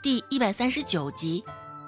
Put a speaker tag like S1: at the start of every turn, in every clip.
S1: 第139集。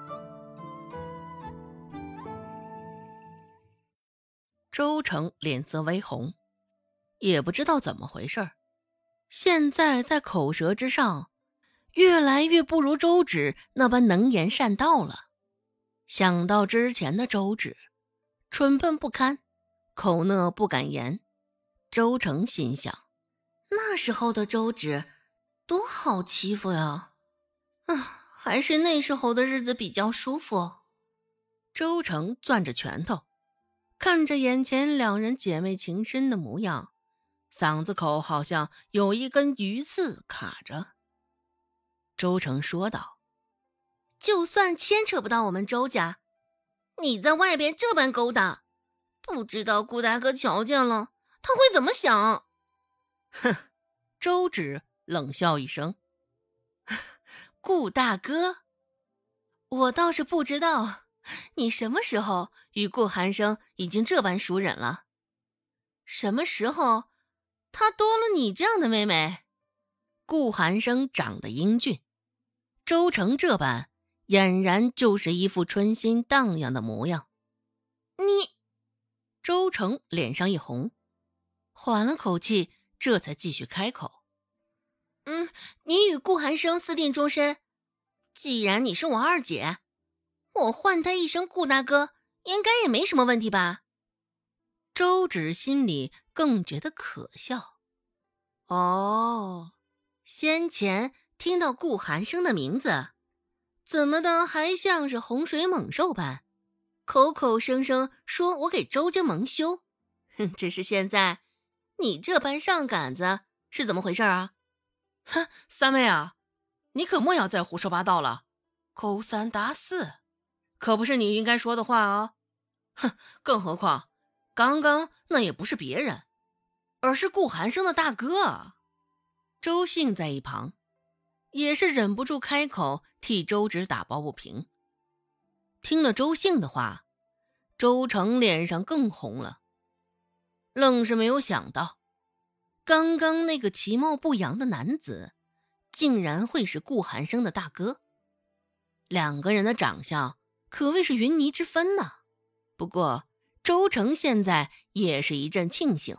S1: 周成脸色微红，也不知道怎么回事，现在在口舌之上越来越不如周芷那般能言善道了。想到之前的周芷蠢笨不堪，口讷不敢言，周成心想，那时候的周芷多好欺负呀，还是那时候的日子比较舒服。周成攥着拳头，看着眼前两人姐妹情深的模样，嗓子口好像有一根鱼刺卡着。周成说道，就算牵扯不到我们周家，你在外边这般勾搭，不知道顾大哥瞧见了他会怎么想。哼，周芷冷笑一声，顾大哥，我倒是不知道你什么时候与顾寒生已经这般熟稔了？什么时候他多了你这样的妹妹？顾寒生长得英俊，周成这般俨然就是一副春心荡漾的模样。你……周成脸上一红，缓了口气，这才继续开口。你与顾寒生私定终身，既然你是我二姐，我唤他一声顾大哥应该也没什么问题吧？周芷心里更觉得可笑。先前听到顾寒生的名字，怎么的还像是洪水猛兽般，口口声声说我给周家蒙羞。只是现在你这般上杆子是怎么回事啊？三妹啊，你可莫要再胡说八道了，勾三搭四可不是你应该说的话啊。更何况刚刚那也不是别人，而是顾寒生的大哥啊。周信在一旁也是忍不住开口替周芷打抱不平。听了周信的话，周成脸上更红了，愣是没有想到刚刚那个其貌不扬的男子竟然会是顾寒生的大哥，两个人的长相可谓是云泥之分呢。不过周成现在也是一阵庆幸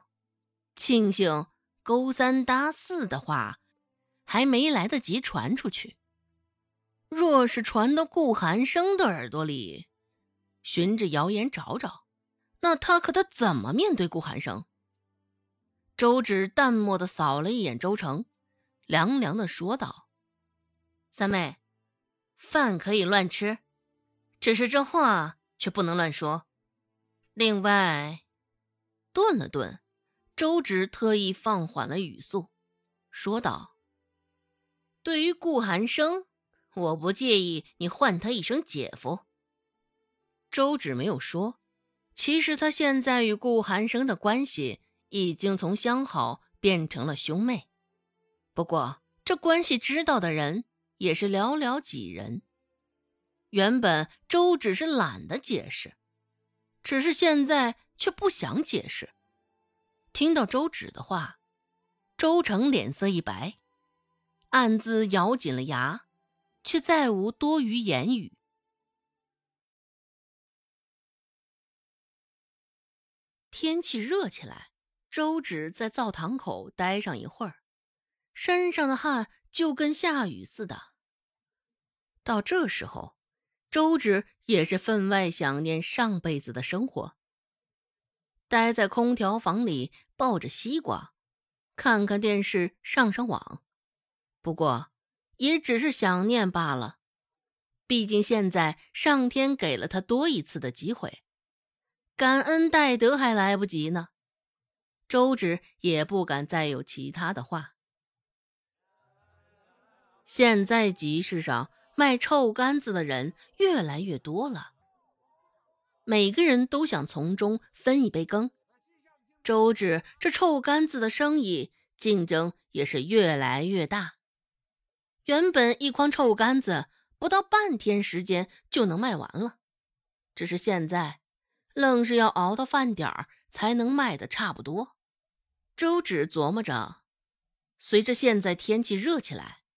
S1: 勾三搭四的话还没来得及传出去，若是传到顾寒生的耳朵里，循着谣言找找，那他怎么面对顾寒生？周芷淡漠地扫了一眼周成，凉凉地说道，三妹，饭可以乱吃，只是这话却不能乱说。另外，顿了顿，周芷特意放缓了语速，说道，对于顾寒生，我不介意你唤他一声姐夫。周芷没有说，其实他现在与顾寒生的关系已经从相好变成了兄妹，不过这关系知道的人也是寥寥几人。原本周芷是懒得解释，只是现在却不想解释。听到周芷的话，周成脸色一白，暗自咬紧了牙，却再无多余言语。天气热起来，周芷在灶堂口待上一会儿，身上的汗就跟下雨似的。到这时候，周芷也是分外想念上辈子的生活，待在空调房里抱着西瓜，看看电视，上上网。不过也只是想念罢了，毕竟现在上天给了他多一次的机会，感恩戴德还来不及呢。周芷也不敢再有其他的话。现在集市上卖臭干子的人越来越多了，每个人都想从中分一杯羹。周芷这臭干子的生意竞争也是越来越大，原本一筐臭干子不到半天时间就能卖完了，只是现在愣是要熬到饭点儿才能卖得差不多。周芷琢磨着，随着现在天气热起来，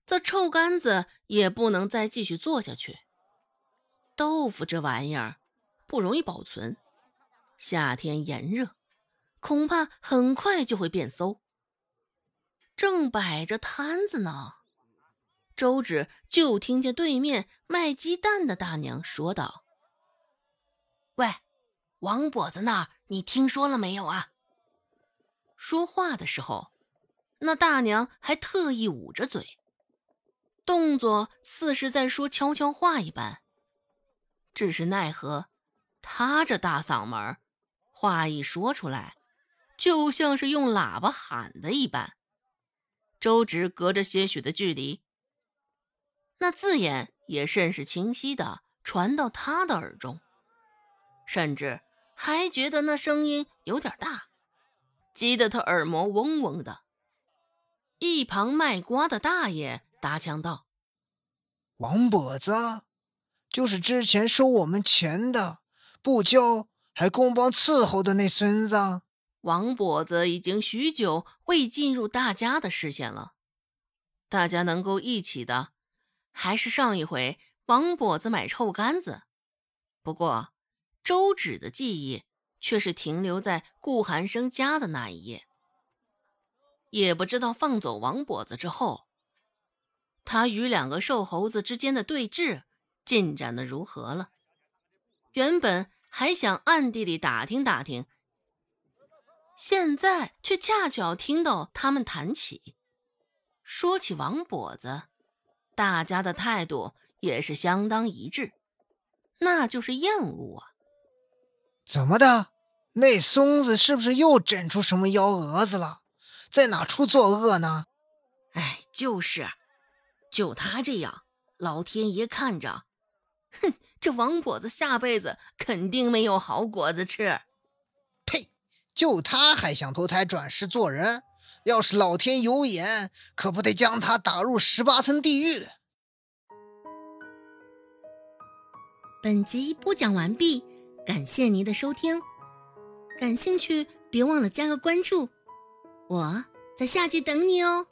S1: 这臭干子也不能再继续做下去。豆腐这玩意儿不容易保存，夏天炎热，恐怕很快就会变馊。正摆着摊子呢，周芷就听见对面卖鸡蛋的大娘说道：“喂，王跛子那儿你听说了没有啊？”说话的时候，那大娘还特意捂着嘴，动作似是在说悄悄话一般。只是奈何她这大嗓门，话一说出来，就像是用喇叭喊的一般。周芷隔着些许的距离，那字眼也甚是清晰地传到他的耳中，甚至还觉得那声音有点大，激得他耳膜嗡嗡的。一旁卖瓜的大爷搭腔道：“
S2: 王跛子，就是之前收我们钱的，不交还公帮伺候的那孙子。”
S1: 王跛子已经许久未进入大家的视线了，大家能够一起的还是上一回王跛子买臭干子。不过周芷的记忆却是停留在顾寒生家的那一夜。也不知道放走王跛子之后，他与两个瘦猴子之间的对峙进展得如何了。原本还想暗地里打听打听，现在却恰巧听到他们谈起。说起王跛子，大家的态度也是相当一致，那就是厌恶啊。
S2: 怎么的？那松子是不是又整出什么幺蛾子了？在哪处作恶呢？
S1: 哎，就是就他这样，老天爷看着，哼，这王跛子下辈子肯定没有好果子吃。
S2: 呸！就他还想投胎转世做人，要是老天有眼，可不得将他打入18层地狱。
S3: 本集播讲完毕，感谢您的收听。感兴趣别忘了加个关注，我在下集等你哦。